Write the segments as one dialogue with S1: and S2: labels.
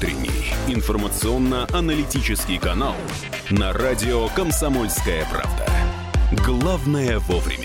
S1: утренний информационно-аналитический канал на радио «Комсомольская правда». Главное вовремя.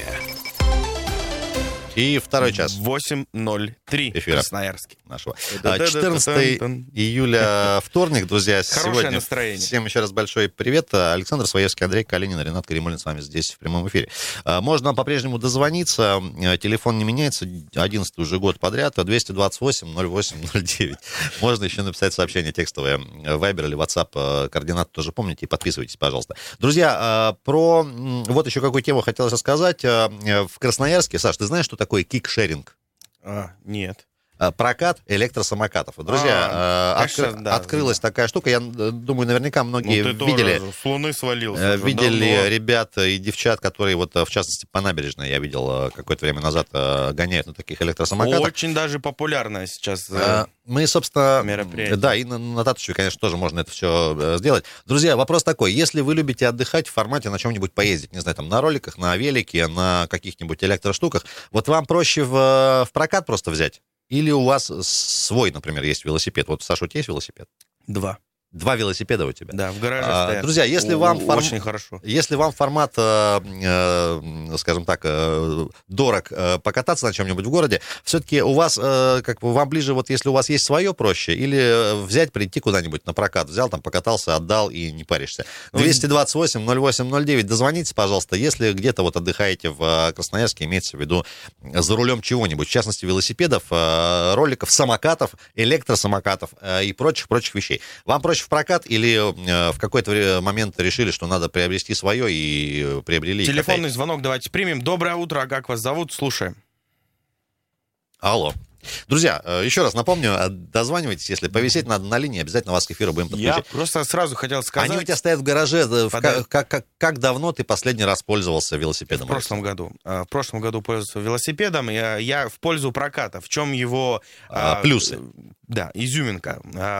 S2: И второй час.
S3: 8:03
S2: эфира
S3: Красноярске.
S2: Нашего. 14 июля, вторник, друзья.
S3: Хорошее
S2: Сегодня
S3: настроение.
S2: Всем еще раз большой привет. Александр Своевский, Андрей Калинин, Ренат Каримулин с вами здесь в прямом эфире. Можно по-прежнему дозвониться. Телефон не меняется. 11 уже год подряд. 228-08-09. Можно еще написать сообщение текстовое. Вайбер или WhatsApp. Координаты тоже помните. И подписывайтесь, пожалуйста. Друзья, про вот еще какую тему хотелось рассказать. В Красноярске, Саш, ты знаешь, что такое кикшеринг?
S3: Нет.
S2: Прокат электросамокатов. Друзья, открылась такая штука. Я думаю, наверняка многие видели.
S3: С Луны свалился.
S2: Видели
S3: давно.
S2: ребят и девчат, которые вот, в частности, по набережной, я видел какое-то время назад, гоняют на таких электросамокатах.
S3: Очень даже популярная сейчас
S2: Мы, собственно,
S3: мероприятие.
S2: Да, и на Татушеве, конечно, тоже можно это все сделать. Друзья, вопрос такой. Если вы любите отдыхать в формате на чем-нибудь поездить, не знаю, там на роликах, на велике, на каких-нибудь электроштуках, вот вам проще в прокат просто взять? Или у вас свой, например, есть велосипед? Вот, Саша, у тебя есть велосипед?
S3: 2.
S2: 2 велосипеда у тебя?
S3: Да, в гараже стоят.
S2: Друзья, если вам
S3: Очень хорошо.
S2: Если вам формат, скажем так, дорог покататься на чем-нибудь в городе, все-таки у вас, как бы, вам ближе, вот если у вас есть свое, проще, или взять, прийти куда-нибудь на прокат, взял, там, покатался, отдал и не паришься. 228-08-09, дозвонитесь, пожалуйста, если где-то вот отдыхаете в Красноярске, имеется в виду за рулем чего-нибудь, в частности, велосипедов, роликов, самокатов, электросамокатов и прочих вещей. Вам проще в прокат или в какой-то момент решили, что надо приобрести свое и приобрели?
S3: Телефонный звонок давайте примем. Доброе утро, а как вас зовут? Слушаем.
S2: Алло. Друзья, еще раз напомню, дозванивайтесь, если повисеть надо на линии, обязательно вас к эфиру будем подключать.
S3: Я просто сразу хотел сказать...
S2: Они у тебя стоят в гараже. Как давно ты последний раз пользовался велосипедом?
S3: В прошлом году. В прошлом году пользовался велосипедом. Я в пользу проката. В чем его...
S2: Плюсы.
S3: Да, изюминка.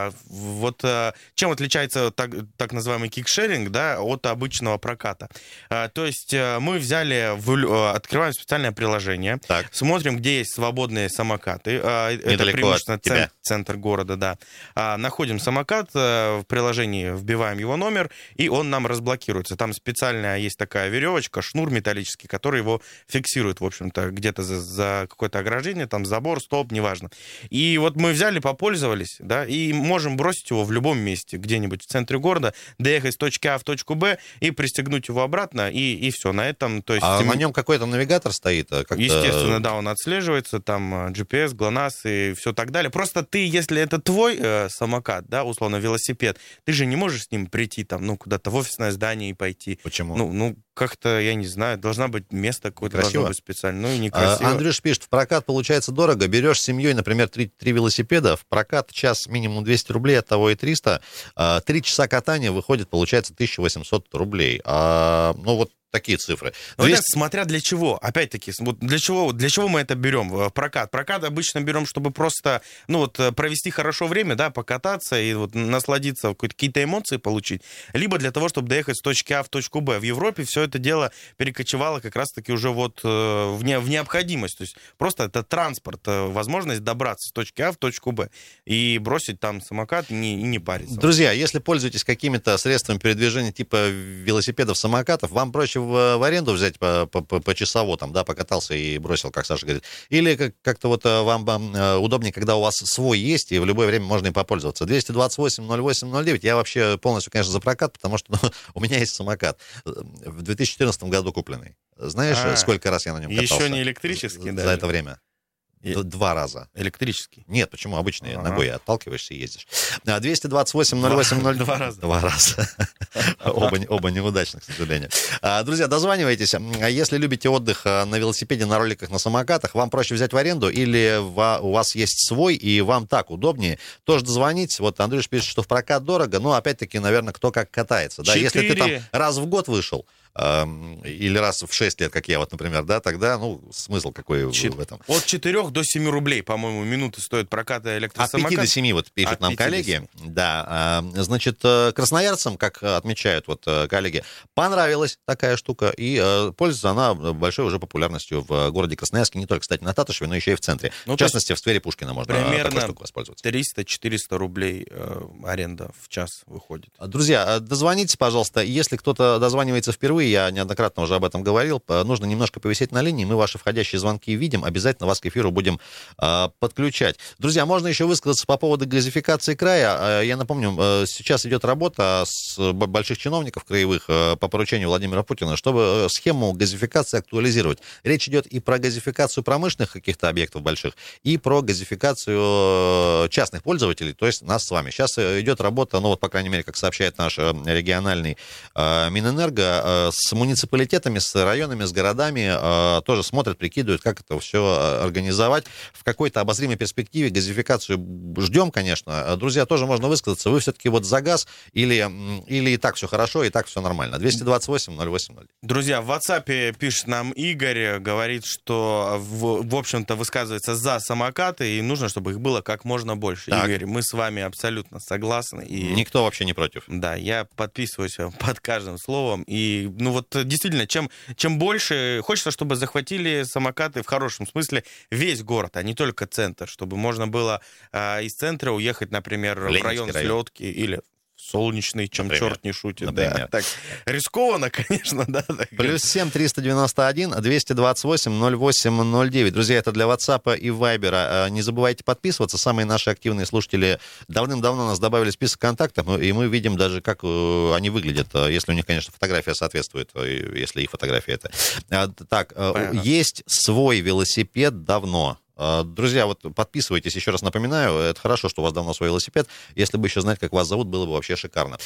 S3: Вот чем отличается так называемый кикшеринг, да, от обычного проката? То есть мы открываем специальное приложение, смотрим, где есть свободные самокаты. Это преимущественно центр города, да. Находим самокат, в приложении вбиваем его номер, и он нам разблокируется. Там специальная есть такая веревочка, шнур металлический, который его фиксирует, в общем-то, где-то за какое-то ограждение, там забор, столб, неважно. И вот мы взяли, попользовались, да, и можем бросить его в любом месте, где-нибудь в центре города, доехать с точки А в точку Б и пристегнуть его обратно, и все. На этом, то есть...
S2: на нем какой-то навигатор стоит?
S3: Естественно, да, он отслеживается, там GPS, ГЛОНАСС и все так далее. Просто ты, если это твой самокат, да, условно, велосипед, ты же не можешь с ним прийти там, куда-то в офисное здание и пойти.
S2: Почему?
S3: Как-то, я не знаю, должна быть место какое-то, должно быть специально. И некрасиво.
S2: Андрюш пишет, в прокат получается дорого. Берешь с семьей, например, 3 велосипеда, в прокат час минимум 200 рублей, от того и 300. 3 часа катания выходит, получается, 1800 рублей. Вот такие цифры.
S3: Это смотря для чего. Опять-таки, вот для чего мы это берем в прокат? Прокат обычно берем, чтобы просто провести хорошо время, да, покататься и насладиться, какие-то эмоции получить. Либо для того, чтобы доехать с точки А в точку Б. В Европе все это дело перекочевало как раз-таки уже в необходимость. То есть просто это транспорт, возможность добраться с точки А в точку Б и бросить там самокат и не париться.
S2: Друзья, если пользуетесь какими-то средствами передвижения типа велосипедов, самокатов, вам проще в аренду взять по часово, там, да, покатался и бросил, как Саша говорит. Или как-то вам удобнее, когда у вас свой есть, и в любое время можно им попользоваться. 228-08-09. Я вообще полностью, конечно, за прокат, потому что у меня есть самокат. В 2014 году купленный. Знаешь, сколько раз я на нем катался?
S3: Еще не электрический, да?
S2: За это время. 2 раза.
S3: Электрический?
S2: Нет, почему? Обычный, ногой отталкиваешься и ездишь. 228-08-09.
S3: 2 раза.
S2: 2 раза. Оба неудачных, к сожалению. Друзья, дозванивайтесь. Если любите отдых на велосипеде, на роликах, на самокатах, вам проще взять в аренду или у вас есть свой, и вам так удобнее, тоже дозвонить. Вот Андрюш пишет, что в прокат дорого, но опять-таки, наверное, кто как катается. Да? Если ты там раз в год вышел, или раз в 6 лет, как я вот, например, да, тогда, ну, смысл какой в этом?
S3: От 4 до 7 рублей, по-моему, минуты стоит проката электросамоката.
S2: От 5 до 7, вот пишут нам коллеги. Да, значит, красноярцам, как отмечают вот коллеги, понравилась такая штука, и пользуется она большой уже популярностью в городе Красноярске, не только, кстати, на Татушеве, но еще и в центре. Ну, в частности, в сквере Пушкина можно такой штукой воспользоваться. 300-400
S3: рублей аренда в час выходит.
S2: Друзья, дозвонитесь, пожалуйста. Если кто-то дозванивается впервые, я неоднократно уже об этом говорил, нужно немножко повисеть на линии, мы ваши входящие звонки видим, обязательно вас к эфиру будем подключать. Друзья, можно еще высказаться по поводу газификации края. Я напомню, сейчас идет работа с больших чиновников краевых по поручению Владимира Путина, чтобы схему газификации актуализировать. Речь идет и про газификацию промышленных каких-то объектов больших, и про газификацию частных пользователей, то есть нас с вами. Сейчас идет работа, ну вот, по крайней мере, как сообщает наш региональный Минэнерго, с муниципалитетами, с районами, с городами, тоже смотрят, прикидывают, как это все организовать. В какой-то обозримой перспективе газификацию ждем, конечно. Друзья, тоже можно высказаться. Вы все-таки вот за газ или и так все хорошо, и так все нормально? 228-08-09.
S3: Друзья, в WhatsApp пишет нам Игорь, говорит, что, в общем-то, высказывается за самокаты, и нужно, чтобы их было как можно больше. Так. Игорь, мы с вами абсолютно согласны. И...
S2: Никто вообще не против.
S3: Да, я подписываюсь под каждым словом. И, ну вот, действительно, чем больше... Хочется, чтобы захватили самокаты в хорошем смысле весь город, а не только центр, чтобы можно было из центра уехать, например, в район Слетки или Солнечный, чем например, черт не шутит. Да. Так рискованно, конечно, да.
S2: Плюс 7 391 228 08 09. Друзья, это для WhatsApp и Viber. Не забывайте подписываться. Самые наши активные слушатели давным-давно нас добавили в список контактов, и мы видим даже, как они выглядят, если у них, конечно, фотография соответствует, если их фотография это. Так, понятно. Есть свой велосипед давно. Друзья, вот подписывайтесь, еще раз напоминаю, это хорошо, что у вас давно свой велосипед. Если бы еще знать, как вас зовут, было бы вообще шикарно.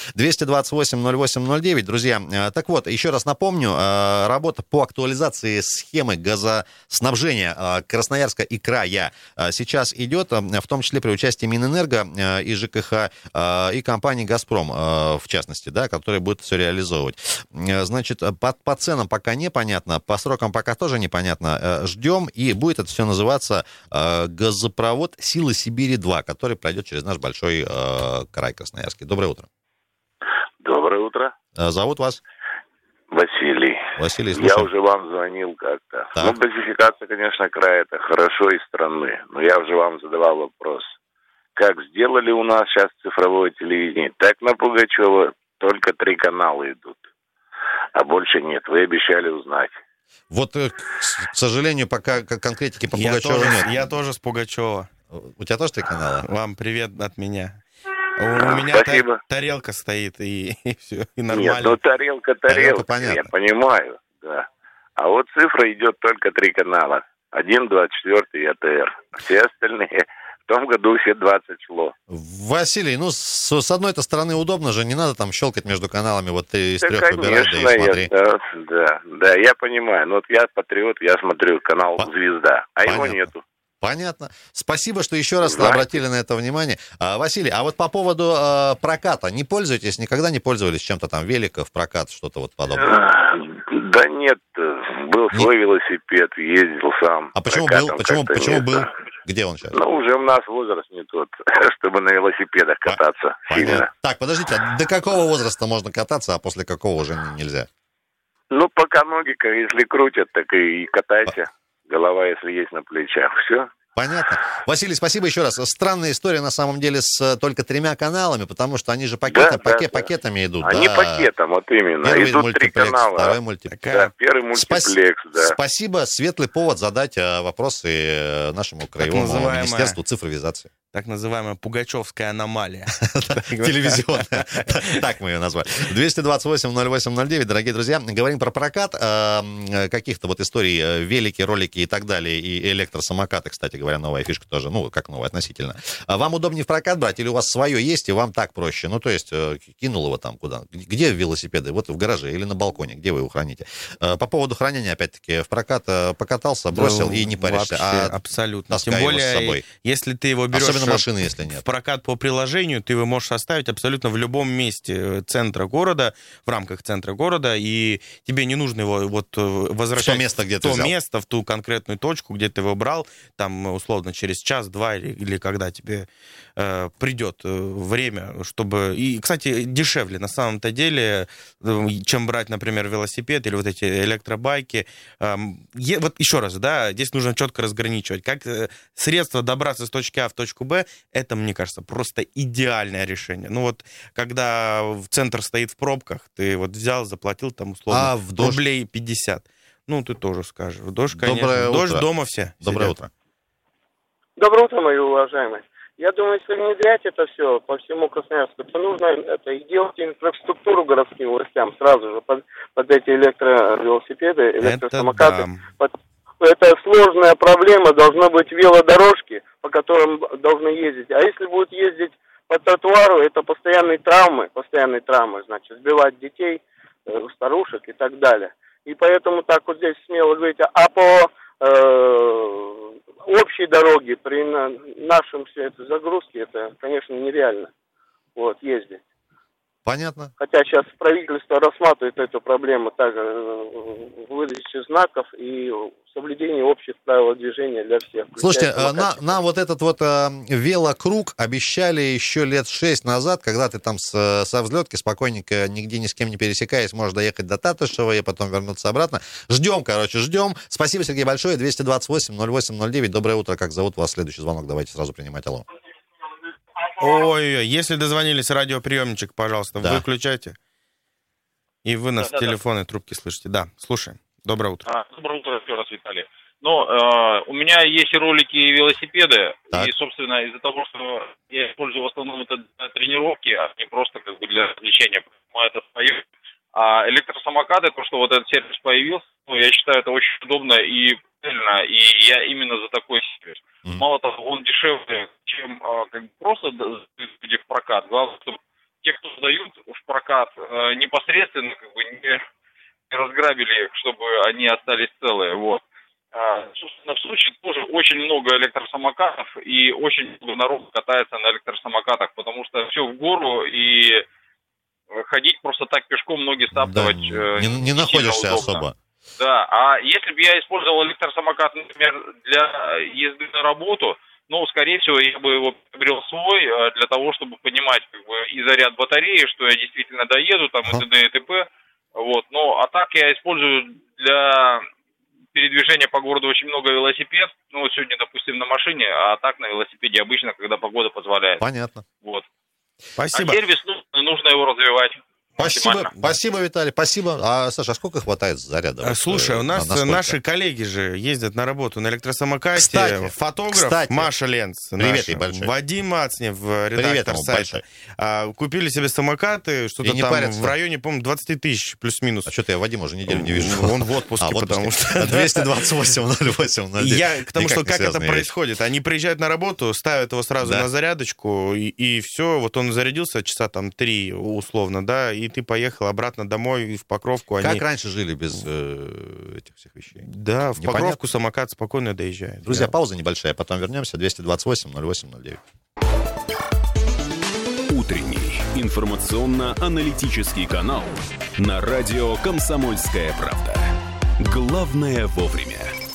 S2: 228-08-09, друзья. Так вот, еще раз напомню, работа по актуализации схемы газоснабжения Красноярска и края сейчас идет, в том числе при участии Минэнерго и ЖКХ, и компании «Газпром», в частности, да, которая будет все реализовывать. Значит, по ценам пока непонятно, по срокам пока тоже непонятно. Ждем, и будет это все называться газопровод «Силы Сибири-2», который пройдет через наш большой край Красноярский. Доброе утро.
S4: Доброе утро.
S2: Зовут вас?
S4: Василий.
S2: Василий, слушаю.
S4: Я уже вам звонил как-то.
S2: Так.
S4: Ну, газификация, конечно, края, это хорошо из страны. Но я уже вам задавал вопрос. Как сделали у нас сейчас цифровое телевидение, так на Пугачева только 3 канала идут. А больше нет. Вы обещали узнать.
S2: Вот, к сожалению, пока конкретики по Пугачеву нет.
S3: Я тоже с Пугачева.
S2: У тебя тоже 3 канала?
S3: Вам привет от меня. У меня тарелка стоит, и все, и нормально.
S4: Нет, ну тарелка, понятно. Я понимаю, да. А вот цифра идет только 3 канала. 1, 24 и АТР. Все остальные... В том году все 20 шло.
S2: Василий, ну, с одной-то стороны удобно же, не надо там щелкать между каналами, вот ты из 3 выбирай, да и смотри.
S4: Да, я понимаю. Ну, вот я патриот, я смотрю канал «Звезда», а понятно. Его нету.
S2: Понятно. Спасибо, что еще раз обратили на это внимание. Василий, а вот по поводу проката, не пользуетесь, никогда не пользовались чем-то там, великов, прокат, что-то вот подобное?
S4: Да нет, был свой велосипед, ездил сам.
S2: А почему был? Почему был? Где он сейчас?
S4: Ну, уже у нас возраст не тот, чтобы на велосипедах кататься сильно.
S2: Так, подождите, а до какого возраста можно кататься, а после какого уже нельзя?
S4: Ну, пока ноги, если крутят, так и катайся. Голова, если есть на плечах. Все.
S2: Понятно. Василий, спасибо еще раз. Странная история, на самом деле, с только 3 каналами, потому что они же пакетами идут.
S4: Они пакетом, вот именно.
S2: Первый идут мультиплекс, 3 канала. Второй мультиплекс.
S4: Да, первый мультиплекс, да.
S2: Спасибо. Светлый повод задать вопросы нашему краевому министерству цифровизации.
S3: Так называемая пугачевская аномалия.
S2: Телевизионная. Так мы ее назвали. 228-08-09, дорогие друзья. Говорим про прокат каких-то вот историй, велики, ролики и так далее, и электросамокаты, кстати говоря, новая фишка тоже, ну, как новая относительно. Вам удобнее в прокат брать или у вас свое есть, и вам так проще? Ну, то есть, кинул его там куда? Где велосипеды? Вот в гараже или на балконе? Где вы его храните? По поводу хранения, опять-таки, в прокат покатался, бросил и не паришься.
S3: Абсолютно. Тем более, если ты его берешь
S2: Особенно машины, если нет.
S3: В прокат по приложению ты его можешь оставить абсолютно в любом месте центра города, в рамках центра города, и тебе не нужно его вот возвращать
S2: в то место,
S3: в ту конкретную точку, где ты его брал, там, условно, через час-два или когда тебе придет время, чтобы... И, кстати, дешевле на самом-то деле, чем брать, например, велосипед или вот эти электробайки. Вот еще раз, да, здесь нужно четко разграничивать. Как средство добраться с точки А в точку Б, это, мне кажется, просто идеальное решение. Ну вот, когда центр стоит в пробках, ты вот взял, заплатил там, условно,
S2: в дождь?
S3: рублей 50. Ну, ты тоже скажешь. В дождь, конечно.
S2: Доброе утро.
S3: Дождь, дома все
S2: Доброе
S3: сидят.
S2: утро.
S5: Доброе утро, мои уважаемые. Я думаю, если внедрять это все по всему Красноярску, то нужно это и делать инфраструктуру городским властям сразу же под эти электровелосипеды, электросамокаты. Это сложная проблема, должны быть велодорожки, по которым должны ездить. А если будут ездить по тротуару, это постоянные травмы, значит, сбивать детей, старушек и так далее. И поэтому так вот здесь смело говорить, а по общей дороге при нашем все это загрузке, это, конечно, нереально ездить.
S2: Понятно.
S5: Хотя сейчас правительство рассматривает эту проблему также выдачи знаков и соблюдение общих правил движения для всех.
S2: Слушайте, нам вот этот вот велокруг обещали еще лет 6 назад, когда ты там со взлетки спокойненько, нигде ни с кем не пересекаясь, можешь доехать до Татышева и потом вернуться обратно. Ждем. Спасибо, Сергей, большое. 228-08-09. Доброе утро. Как зовут вас? Следующий звонок. Давайте сразу принимать. Алло.
S3: Ой, если дозвонились, радиоприемничек, пожалуйста, выключайте. И вы нас в телефонной трубке слышите. Да, слушаем. Доброе утро.
S6: Доброе утро, еще раз, Виталий. У меня есть и ролики, и велосипеды.
S2: Так.
S6: И, собственно, из-за того, что я использую в основном это для тренировки, а не просто как бы для развлечения, это свое. А электросамокаты, то, что вот этот сервис появился, я считаю, это очень удобно и правильно, и я именно за такой сервис. Мало того, он дешевле, чем просто люди в прокат. Главное, чтобы те, кто сдают в прокат, непосредственно не разграбили их, чтобы они остались целые. Собственно, в Сочи тоже очень много электросамокатов, и очень много народу катается на электросамокатах, потому что все в гору, и ходить просто так пешком, ноги стаптывать
S2: не находишься особо.
S6: Да, а если бы я использовал электросамокат, например, для езды на работу, скорее всего, я бы его приобрел свой, для того, чтобы понимать и заряд батареи, что я действительно доеду, там, и т.д. и т.п. А так я использую для передвижения по городу очень много велосипед. Сегодня, допустим, на машине, а так на велосипеде обычно, когда погода позволяет.
S2: Понятно.
S3: Спасибо.
S6: А сервис, нужно его развивать.
S2: Спасибо, Виталий, спасибо. А, Саша, а сколько хватает заряда?
S3: Слушай, у нас наши коллеги же ездят на работу на электросамокате.
S2: Кстати,
S3: фотограф Маша Ленц.
S2: Привет ей большой.
S3: Вадим Мацнев, редактор сайта. Купили себе самокаты, что-то там в районе, по-моему, 20 тысяч плюс-минус.
S2: А что-то я Вадима уже неделю не вижу.
S3: Он в отпуске, потому что...
S2: 228-08-09.
S3: Я к тому, что как это происходит. Они приезжают на работу, ставят его сразу на зарядочку, и все, вот он зарядился часа там 3 условно, да, и ты поехал обратно домой в Покровку.
S2: Как раньше жили без этих всех вещей?
S3: Да, в Покровку самокат спокойно доезжает.
S2: Друзья, пауза небольшая, потом вернемся. 228-08-09.
S1: Утренний информационно-аналитический канал на радио «Комсомольская правда». Главное вовремя.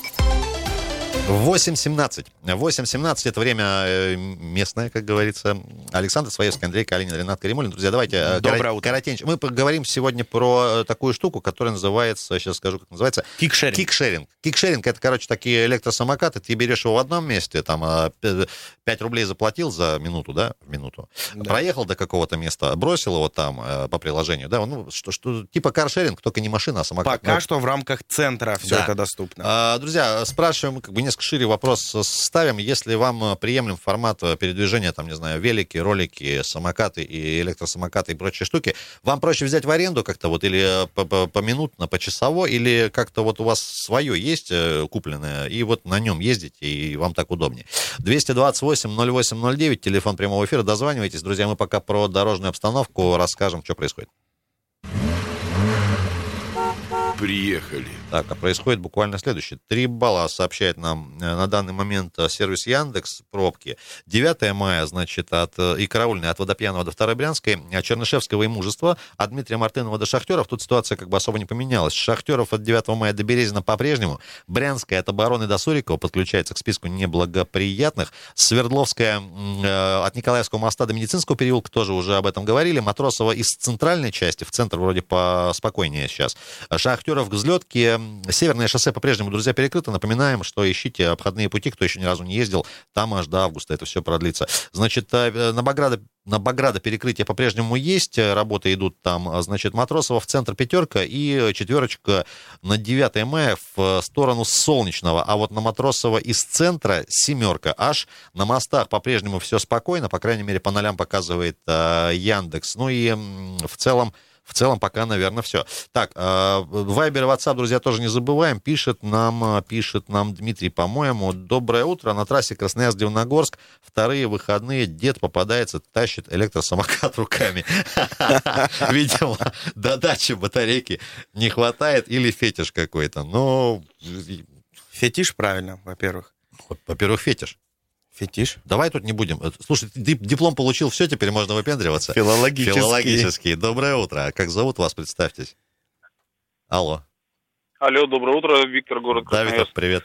S2: 8:17. 8:17 это время местное, как говорится. Александр Своевский, Андрей Калинин, Ренат Каримуллин. Друзья, давайте коротенько. Мы поговорим сегодня про такую штуку, которая называется, сейчас скажу, как называется. Кикшеринг. Кикшеринг — это, такие электросамокаты. Ты берешь его в одном месте, там 5 рублей заплатил за минуту, да, в минуту. Да. Проехал до какого-то места, бросил его там по приложению, да, что типа каршеринг, только не машина, а самокат.
S3: Пока что в рамках центра все это доступно.
S2: Друзья, спрашиваем, несколько шире вопрос ставим. Если вам приемлем формат передвижения, там, не знаю, велики, ролики, самокаты и электросамокаты и прочие штуки, вам проще взять в аренду как-то или поминутно, почасово, или как-то у вас свое есть купленное, и на нем ездите, и вам так удобнее. 228-08-09, телефон прямого эфира, дозванивайтесь. Друзья, мы пока про дорожную обстановку расскажем, что происходит.
S7: Приехали.
S2: Так, а происходит буквально следующее. 3 балла сообщает нам на данный момент сервис Яндекс пробки. 9 мая, значит, и караульная от Водопьянова до Второй Брянской, от Чернышевского и Мужества, от Дмитрия Мартынова до Шахтеров. Тут ситуация как бы особо не поменялась. Шахтеров от 9 мая до Березина по-прежнему. Брянская от Обороны до Сурикова подключается к списку неблагоприятных. Свердловская от Николаевского моста до Медицинского переулка, тоже уже об этом говорили. Матросова из центральной части, в центр вроде поспокойнее сейчас. Шахтеров к взлетке. Северное шоссе по-прежнему, друзья, перекрыто. Напоминаем, что ищите обходные пути, кто еще ни разу не ездил. Там аж до августа это все продлится. Значит, на Баграда перекрытие по-прежнему есть. Работы идут там. Значит, Матросова в центр 5 и 4 на 9 мая в сторону Солнечного. А вот на Матросова из центра 7. Аж на мостах по-прежнему все спокойно. По крайней мере, по нолям показывает Яндекс. Ну и в целом пока, наверное, все. Так, Вайбер и WhatsApp, друзья, тоже не забываем. Пишет нам Дмитрий, по-моему. Доброе утро. На трассе Красноярск-Дивногорск вторые выходные дед попадается, тащит электросамокат руками. Видимо, до дачи батарейки не хватает или фетиш какой-то. Ну,
S3: Фетиш, правильно, во-первых.
S2: Во-первых, фетиш.
S3: Фетиш.
S2: Давай тут не будем. Слушай, ты диплом получил, все, теперь можно выпендриваться. Филологический. Доброе утро. Как зовут вас, представьтесь? Алло.
S6: Алло, доброе утро, Виктор, город
S2: Да,
S6: Красноярск.
S2: Виктор, привет.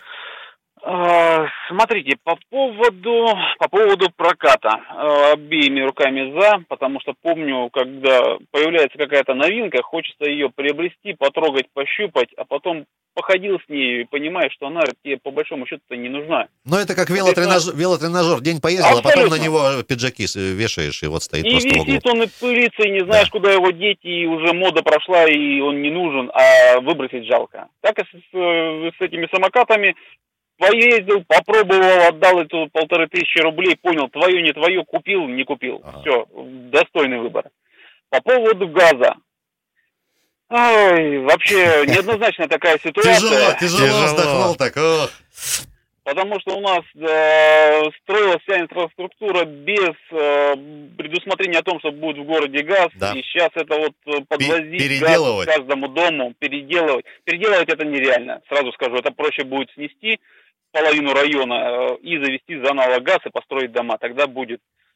S6: Смотрите, по поводу проката. Обеими руками за, потому что помню, когда появляется какая-то новинка, хочется ее приобрести, потрогать, пощупать, а потом походил с ней и понимаешь, что она тебе по большому счету-то не нужна.
S2: Ну, это как велотренажер. День поездил, а потом на него пиджаки вешаешь, и вот стоит
S6: и
S2: просто в углу.
S6: висит он и пылится, и не знаешь, куда его деть, и уже мода прошла, и он не нужен, а выбросить жалко. Так и с этими самокатами. Поездил, попробовал, отдал эту 1500 рублей, понял, твое, не твое, купил, не купил. Ага. Все, достойный выбор. По поводу газа. Ой, вообще неоднозначная такая ситуация.
S2: Тяжело вздохнул так.
S6: Потому что у нас строилась вся инфраструктура без предусмотрения о том, что будет в городе газ. Да. И сейчас это вот подвозить газ к каждому дому, переделывать. Переделывать это нереально, сразу скажу. Это проще будет снести половину района и завести заново газ и построить дома. Тогда будет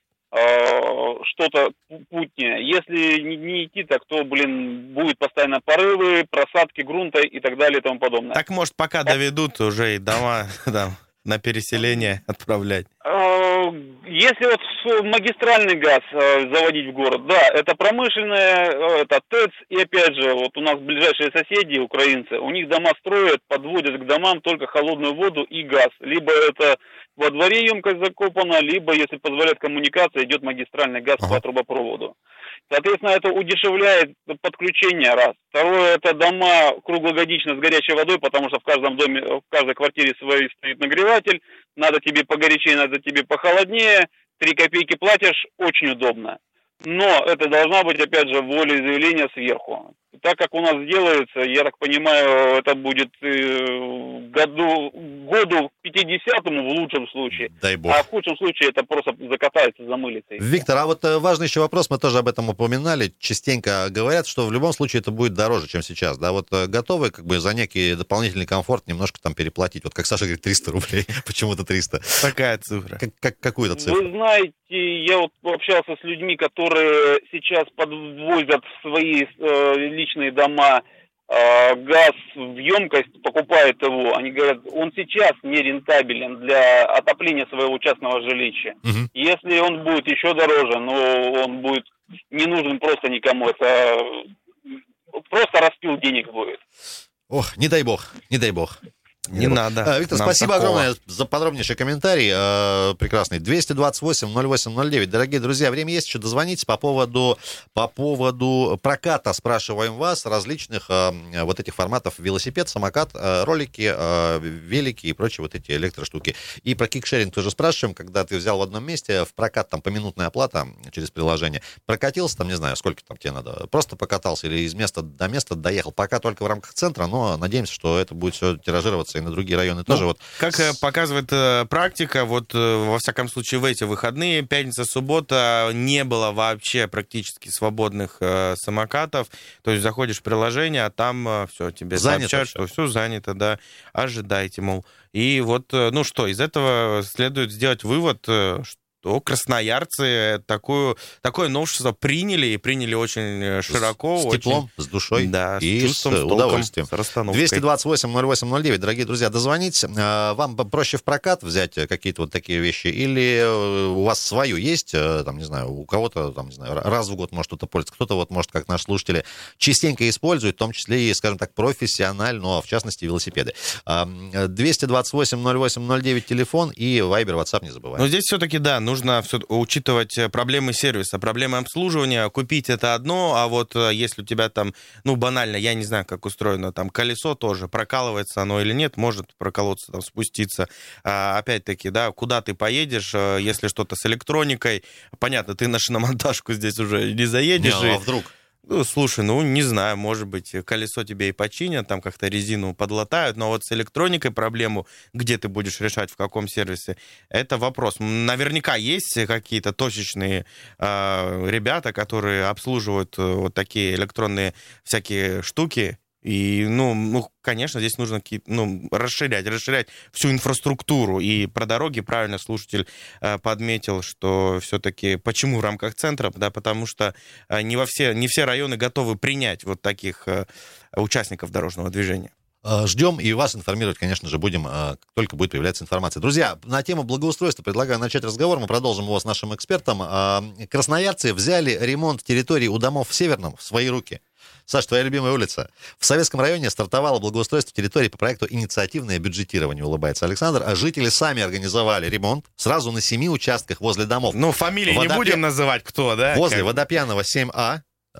S6: что-то путнее. Если не идти так, то, будет постоянно порывы, просадки грунта и так далее и тому подобное.
S3: Так, может, пока доведут уже и дома там на переселение отправлять?
S6: Если вот магистральный газ заводить в город, да, это промышленное, это ТЭЦ, и опять же, вот у нас ближайшие соседи, украинцы, у них дома строят, подводят к домам только холодную воду и газ. Либо это во дворе емкость закопана, либо, если позволяет коммуникация, идет магистральный газ по трубопроводу. Соответственно, это удешевляет подключение, раз. Второе, это дома круглогодично с горячей водой, потому что в каждом доме, в каждой квартире свой стоит нагреватель, надо тебе погорячее, надо тебе похолоднее, 3 копейки платишь, очень удобно. Но это должна быть, опять же, волеизъявление сверху. Так как у нас делается, я так понимаю, это будет году к 50-му в лучшем случае.
S2: Дай бог.
S6: А в худшем случае это просто закатается, замылится.
S2: Виктор, а вот важный еще вопрос, мы тоже об этом упоминали, частенько говорят, что в любом случае это будет дороже, чем сейчас, да, вот готовы как бы за некий дополнительный комфорт немножко там переплатить, вот как Саша говорит, 300 рублей, почему-то 300.
S3: Какая цифра?
S2: Какую-то цифру.
S6: Вы знаете, я вот общался с людьми, которые сейчас подвозят в свои личные дома газ в емкость, покупают его, они говорят, он сейчас не рентабелен для отопления своего частного жилища. Угу. Если он будет еще дороже, но он будет не нужен просто никому, это просто распил денег будет.
S2: Ох, не дай бог, не дай бог.
S3: Не надо.
S2: Виктор, спасибо огромное за подробнейший комментарий. Прекрасный. 228-08-09. Дорогие друзья, время есть еще дозвонить по поводу проката. Спрашиваем вас различных вот этих форматов: велосипед, самокат, ролики, велики и прочие вот эти электроштуки. И про кикшеринг тоже спрашиваем, когда ты взял в одном месте в прокат, там поминутная оплата через приложение, прокатился, там не знаю, сколько там тебе надо, просто покатался или из места до места доехал. Пока только в рамках центра, но надеемся, что это будет все тиражироваться и на другие районы тоже. Вот.
S3: Как показывает практика, вот во всяком случае в эти выходные, пятница, суббота, не было вообще практически свободных самокатов. То есть заходишь в приложение, а там все, тебе сообщают, что все занято, да, ожидайте, мол. И вот, ну что, из этого следует сделать вывод, что красноярцы такое новшество приняли, и приняли очень широко.
S2: С теплом, с душой,
S3: да,
S2: и
S3: с чувством,
S2: с удовольствием.
S3: С расстановкой.
S2: 228-08-09, дорогие друзья, дозвонитесь. Вам проще в прокат взять какие-то вот такие вещи, или у вас свое есть, там, не знаю, у кого-то, там, не знаю, раз в год может кто-то пользоваться, кто-то вот, может, как наши слушатели, частенько использует, в том числе и, скажем так, профессионально, но в частности велосипеды. 228-08-09 телефон и Viber, WhatsApp не забываем.
S3: Но здесь все-таки, да, нужно учитывать проблемы сервиса, проблемы обслуживания. Купить это одно, а вот если у тебя там, ну, банально, я не знаю, как устроено, там колесо тоже, прокалывается оно или нет, может проколоться, там, спуститься. Опять-таки, да, куда ты поедешь, если что-то с электроникой, понятно, ты на шиномонтажку здесь уже не заедешь.
S2: А вдруг?
S3: Ну, слушай, ну, не знаю, может быть, колесо тебе и починят, там как-то резину подлатают, но вот с электроникой проблему, где ты будешь решать, в каком сервисе, это вопрос. Наверняка есть какие-то точечные ребята, которые обслуживают вот такие электронные всякие штуки. И, ну, конечно, здесь нужно расширять всю инфраструктуру. И про дороги правильно слушатель подметил, что все-таки почему в рамках центра, да, потому что не все районы готовы принять вот таких участников дорожного движения.
S2: Ждем и вас информировать, конечно же, будем, как только будет появляться информация. Друзья, на тему благоустройства предлагаю начать разговор. Мы продолжим его с нашим экспертом. Красноярцы взяли ремонт территории у домов в Северном в свои руки. Саш, твоя любимая улица. В Советском районе стартовало благоустройство территории по проекту «Инициативное бюджетирование», улыбается Александр. А жители сами организовали ремонт сразу на 7 участках возле домов.
S3: Ну, фамилии не будем называть, кто, да?
S2: Возле Водопьянова 7А,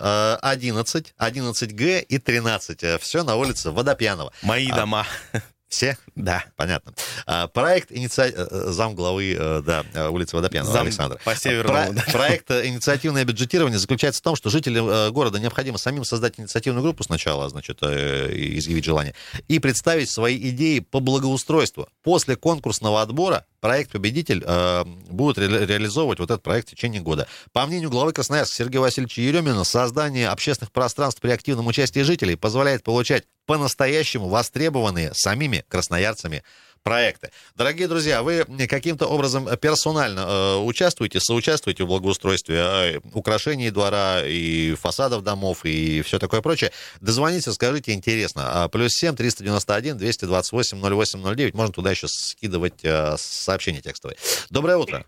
S2: 11, 11Г и 13. Все на улице Водопьянова.
S3: Мои дома.
S2: Все?
S3: Да.
S2: Понятно. Проект замглавы улицы Водопьянова Александра.
S3: По Северному.
S2: Проект «Инициативное бюджетирование» заключается в том, что жителям города необходимо самим создать инициативную группу сначала, значит, изъявить желание, и представить свои идеи по благоустройству. После конкурсного отбора проект-победитель будет реализовывать вот этот проект в течение года. По мнению главы Красноярска Сергея Васильевича Еремина, создание общественных пространств при активном участии жителей позволяет получать по-настоящему востребованные самими красноярцами проекты. Дорогие друзья, вы каким-то образом персонально соучаствуете в благоустройстве украшений двора и фасадов домов и все такое прочее? Дозвоните, скажите, интересно. +7 391 228 0809. Можно туда еще скидывать сообщения текстовые. Доброе утро.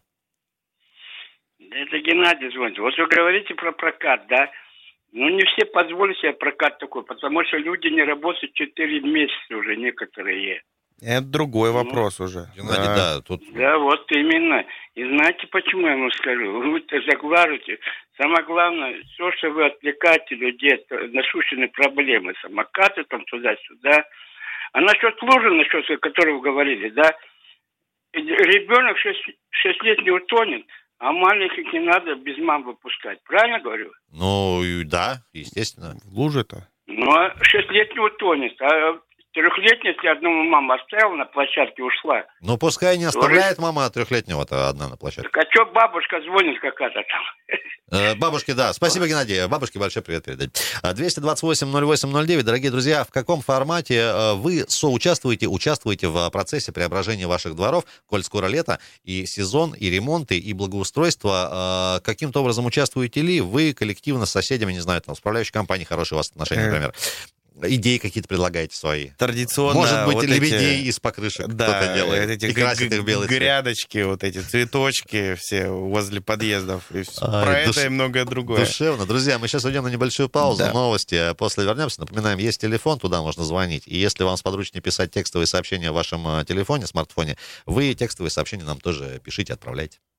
S7: Это Геннадий звонит. Вот вы говорите про прокат, да? Ну, не все позволят себе прокат такой, потому что люди не работают 4 месяца уже, некоторые.
S3: Это другой вопрос уже.
S2: Геннадий, да, тут...
S7: Да, вот именно. И знаете, почему я вам скажу? Вы-то заглаживаете. Самое главное, все, что вы отвлекаете людей от насущной проблемы, самокаты там туда-сюда. А насчет лужи, насчет которой вы говорили, да, ребенок 6 лет не утонет, а маленьких не надо без мам выпускать. Правильно говорю?
S2: Ну, да, естественно.
S3: В луже-то.
S7: Ну, а 6 лет не утонет, а 3-летняя, если одну маму оставила на площадке, ушла.
S2: Ну, пускай не оставляет мама 3-летнего-то одна на площадке.
S7: Так а что бабушка звонит какая-то там?
S2: Бабушке, да. Спасибо, Геннадий. Бабушке большой привет передать. 228-08-09. Дорогие друзья, в каком формате вы участвуете в процессе преображения ваших дворов, коль скоро лето, и сезон, и ремонты, и благоустройство? Каким-то образом участвуете ли вы коллективно с соседями, не знаю, там, с управляющей компанией, хорошие у вас отношения, например? Идеи какие-то предлагаете свои?
S3: Традиционно.
S2: Может быть,
S3: вот
S2: лебедей из покрышек кто-то делает.
S3: Эти
S2: и красит их в белый цвет.
S3: грядочки, вот эти цветочки все возле подъездов. И про это и многое другое.
S2: Душевно. Друзья, мы сейчас уйдем на небольшую паузу,
S3: Да.
S2: новости, а после вернемся. Напоминаем, есть телефон, туда можно звонить. И если вам сподручнее писать текстовые сообщения в вашем телефоне, смартфоне, вы текстовые сообщения нам тоже пишите, отправляйте.